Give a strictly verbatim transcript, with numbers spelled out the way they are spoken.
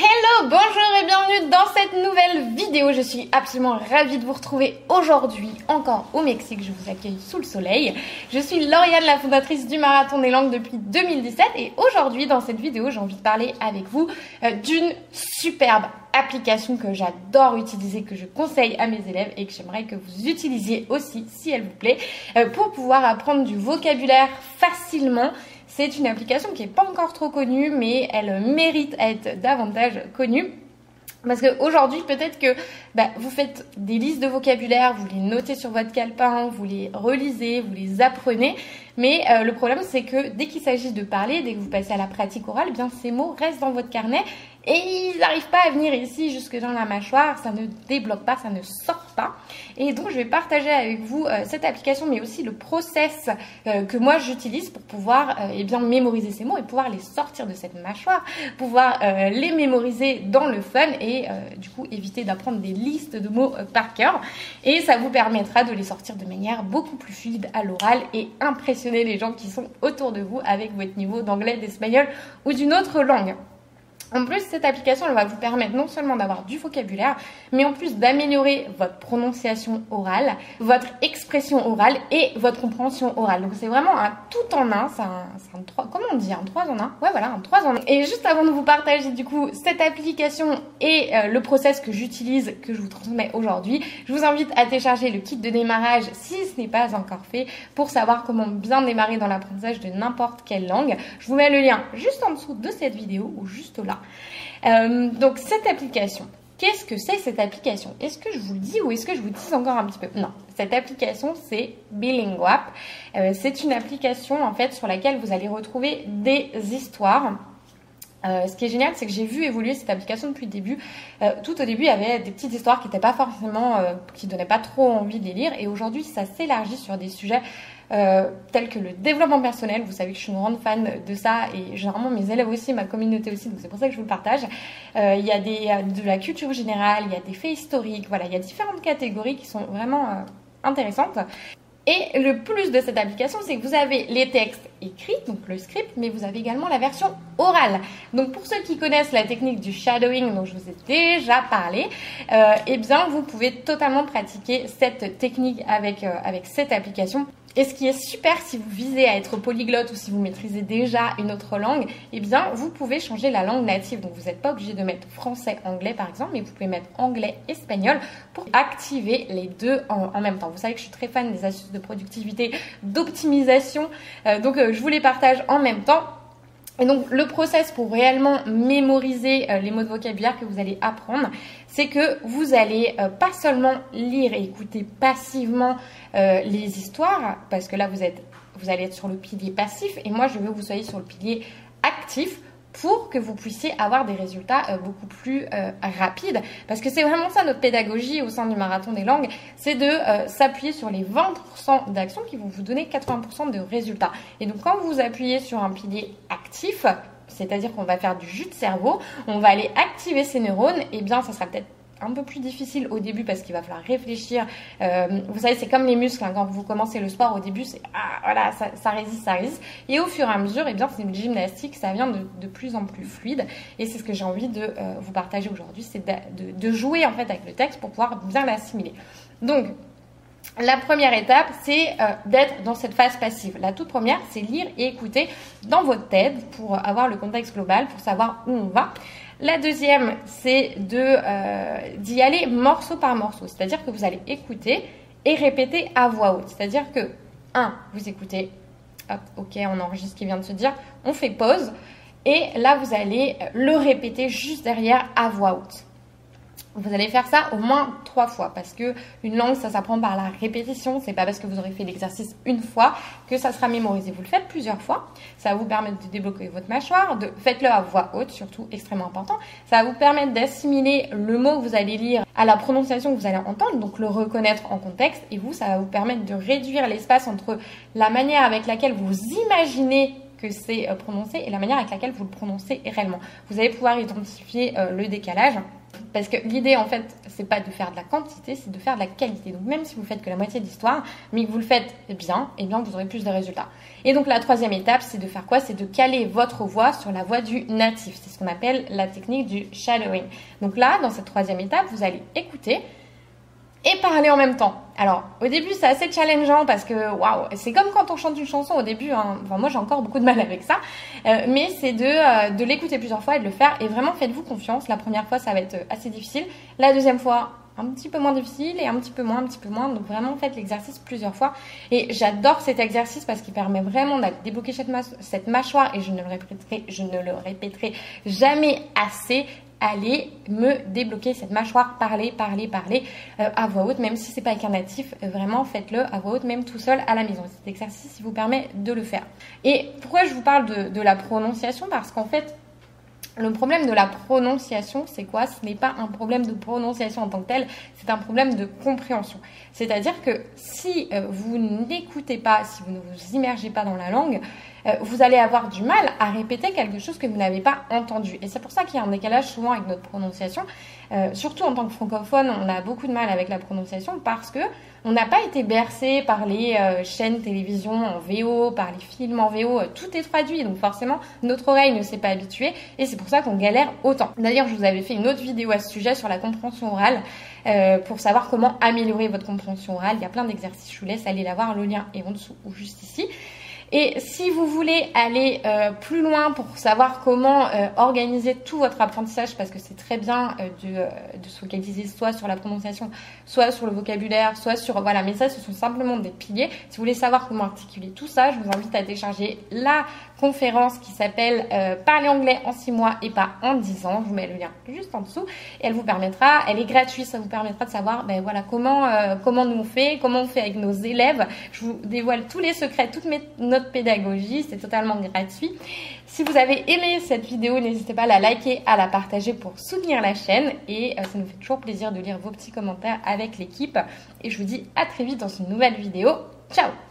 Hello, bonjour et bienvenue dans cette nouvelle vidéo. Je suis absolument ravie de vous retrouver aujourd'hui encore au Mexique. Je vous accueille sous le soleil. Je suis Lauriane, la fondatrice du Marathon des Langues depuis deux mille dix-sept et aujourd'hui dans cette vidéo j'ai envie de parler avec vous euh, d'une superbe application que j'adore utiliser, que je conseille à mes élèves et que j'aimerais que vous utilisiez aussi si elle vous plaît euh, pour pouvoir apprendre du vocabulaire facilement. C'est une application qui n'est pas encore trop connue, mais elle mérite à être davantage connue. Parce qu'aujourd'hui, peut-être que bah, vous faites des listes de vocabulaire, vous les notez sur votre calepin, vous les relisez, vous les apprenez. Mais euh, le problème, c'est que dès qu'il s'agit de parler, dès que vous passez à la pratique orale, eh bien ces mots restent dans votre carnet et ils n'arrivent pas à venir ici jusque dans la mâchoire, ça ne débloque pas, ça ne sort pas. Et donc, je vais partager avec vous euh, cette application, mais aussi le process euh, que moi j'utilise pour pouvoir euh, eh bien mémoriser ces mots et pouvoir les sortir de cette mâchoire, pouvoir euh, les mémoriser dans le fun et euh, du coup éviter d'apprendre des listes de mots euh, par cœur. Et ça vous permettra de les sortir de manière beaucoup plus fluide à l'oral et impressionner les gens qui sont autour de vous avec votre niveau d'anglais, d'espagnol ou d'une autre langue. En plus, cette application, elle va vous permettre non seulement d'avoir du vocabulaire, mais en plus d'améliorer votre prononciation orale, votre expression orale et votre compréhension orale. Donc, c'est vraiment un tout en un. C'est un, c'est un trois, comment on dit, un trois en un? Ouais, voilà, un trois en un. Et juste avant de vous partager, du coup, cette application et euh, le process que j'utilise, que je vous transmets aujourd'hui, je vous invite à télécharger le kit de démarrage si ce n'est pas encore fait pour savoir comment bien démarrer dans l'apprentissage de n'importe quelle langue. Je vous mets le lien juste en dessous de cette vidéo ou juste là. Euh, donc cette application, qu'est-ce que c'est cette application? Est-ce que je vous le dis ou est-ce que je vous dis encore un petit peu? Non, cette application c'est Bilinguapp. Euh, c'est une application en fait sur laquelle vous allez retrouver des histoires. Euh, ce qui est génial, c'est que j'ai vu évoluer cette application depuis le début. Euh, tout au début, il y avait des petites histoires qui n'étaient pas forcément, euh, qui donnaient pas trop envie de les lire. Et aujourd'hui, ça s'élargit sur des sujets euh, tels que le développement personnel. Vous savez que je suis une grande fan de ça et généralement mes élèves aussi, ma communauté aussi. Donc c'est pour ça que je vous le partage. Euh, il y a des, de la culture générale, il y a des faits historiques. Voilà, il y a différentes catégories qui sont vraiment euh, intéressantes. Et le plus de cette application, c'est que vous avez les textes écrits, donc le script, mais vous avez également la version orale. Donc pour ceux qui connaissent la technique du shadowing dont je vous ai déjà parlé, euh, eh bien vous pouvez totalement pratiquer cette technique avec, euh, avec cette application. Et ce qui est super si vous visez à être polyglotte ou si vous maîtrisez déjà une autre langue, eh bien vous pouvez changer la langue native. Donc vous n'êtes pas obligé de mettre français-anglais par exemple, mais vous pouvez mettre anglais-espagnol pour activer les deux en, en même temps. Vous savez que je suis très fan des astuces de productivité, d'optimisation, euh, donc euh, je vous les partage en même temps. Et donc le process pour réellement mémoriser euh, les mots de vocabulaire que vous allez apprendre, c'est que vous allez euh, pas seulement lire et écouter passivement euh, les histoires, parce que là vous êtes, vous allez être sur le pilier passif et moi je veux que vous soyez sur le pilier actif pour que vous puissiez avoir des résultats euh, beaucoup plus euh, rapides. Parce que c'est vraiment ça notre pédagogie au sein du Marathon des Langues, c'est de euh, s'appuyer sur les vingt pour cent d'actions qui vont vous donner quatre-vingts pour cent de résultats. Et donc quand vous appuyez sur un pilier actif, c'est-à-dire qu'on va faire du jus de cerveau, on va aller activer ces neurones, et eh bien ça sera peut-être un peu plus difficile au début parce qu'il va falloir réfléchir. Euh, vous savez, c'est comme les muscles, hein, quand vous commencez le sport au début, c'est ah voilà, ça, ça résiste, ça résiste. Et au fur et à mesure, eh bien, c'est une gymnastique, ça vient de, de plus en plus fluide. Et c'est ce que j'ai envie de euh, vous partager aujourd'hui, c'est de, de, de jouer en fait avec le texte pour pouvoir bien l'assimiler. Donc, la première étape, c'est euh, d'être dans cette phase passive. La toute première, c'est lire et écouter dans votre tête pour avoir le contexte global, pour savoir où on va. La deuxième, c'est de euh, d'y aller morceau par morceau. C'est-à-dire que vous allez écouter et répéter à voix haute. C'est-à-dire que, un, vous écoutez, hop, ok, on enregistre ce qui vient de se dire, on fait pause, et là, vous allez le répéter juste derrière à voix haute. Vous allez faire ça au moins trois fois parce que une langue, ça s'apprend par la répétition. C'est pas parce que vous aurez fait l'exercice une fois que ça sera mémorisé. Vous le faites plusieurs fois. Ça va vous permettre de débloquer votre mâchoire. De... Faites-le à voix haute, surtout extrêmement important. Ça va vous permettre d'assimiler le mot que vous allez lire à la prononciation que vous allez entendre, donc le reconnaître en contexte. Et vous, ça va vous permettre de réduire l'espace entre la manière avec laquelle vous imaginez que c'est prononcé et la manière avec laquelle vous le prononcez réellement. Vous allez pouvoir identifier euh, le décalage. Parce que l'idée, en fait, c'est pas de faire de la quantité, c'est de faire de la qualité. Donc même si vous faites que la moitié d'histoire, mais que vous le faites bien, eh bien vous aurez plus de résultats. Et donc la troisième étape, c'est de faire quoi? C'est de caler votre voix sur la voix du natif. C'est ce qu'on appelle la technique du shadowing. Donc là, dans cette troisième étape, vous allez écouter et parler en même temps. Alors, au début, c'est assez challengeant parce que, waouh, c'est comme quand on chante une chanson au début. Hein. Enfin, moi, j'ai encore beaucoup de mal avec ça. Euh, mais c'est de, euh, de l'écouter plusieurs fois et de le faire. Et vraiment, faites-vous confiance. La première fois, ça va être assez difficile. La deuxième fois, un petit peu moins difficile et un petit peu moins, un petit peu moins. Donc, vraiment, faites l'exercice plusieurs fois. Et j'adore cet exercice parce qu'il permet vraiment d'aller débloquer cette, mâ- cette mâchoire. Et je ne le répéterai, je ne le répéterai jamais assez. Allez me débloquer cette mâchoire, parler, parler, parler euh, à voix haute, même si c'est pas avec un natif, euh, vraiment faites-le à voix haute, même tout seul à la maison. Cet exercice, il vous permet de le faire. Et pourquoi je vous parle de, de la prononciation? Parce qu'en fait, le problème de la prononciation, c'est quoi? Ce n'est pas un problème de prononciation en tant que tel, c'est un problème de compréhension. C'est-à-dire que si euh, vous n'écoutez pas, si vous ne vous immergez pas dans la langue, euh, vous allez avoir du mal à répéter quelque chose que vous n'avez pas entendu. Et c'est pour ça qu'il y a un décalage souvent avec notre prononciation. Euh, surtout en tant que francophone, on a beaucoup de mal avec la prononciation parce que on n'a pas été bercé par les euh, chaînes télévision en V O, par les films en V O, euh, tout est traduit, donc forcément notre oreille ne s'est pas habituée et c'est pour ça qu'on galère autant. D'ailleurs, je vous avais fait une autre vidéo à ce sujet sur la compréhension orale euh, pour savoir comment améliorer votre compréhension orale. Il y a plein d'exercices, je vous laisse aller la voir, le lien est en dessous ou juste ici. Et si vous voulez aller euh, plus loin pour savoir comment euh, organiser tout votre apprentissage, parce que c'est très bien euh, de, euh, de se focaliser soit sur la prononciation, soit sur le vocabulaire, soit sur... Voilà, mais ça, ce sont simplement des piliers. Si vous voulez savoir comment articuler tout ça, je vous invite à télécharger la conférence qui s'appelle euh, « Parler anglais en six mois et pas en dix ans ». Je vous mets le lien juste en dessous. Et elle vous permettra, elle est gratuite, ça vous permettra de savoir ben, voilà, comment, euh, comment nous on fait, comment on fait avec nos élèves. Je vous dévoile tous les secrets, toutes mes notes pédagogie, c'est totalement gratuit. Si vous avez aimé cette vidéo, n'hésitez pas à la liker, à la partager pour soutenir la chaîne et euh, ça nous fait toujours plaisir de lire vos petits commentaires avec l'équipe et je vous dis à très vite dans une nouvelle vidéo. Ciao!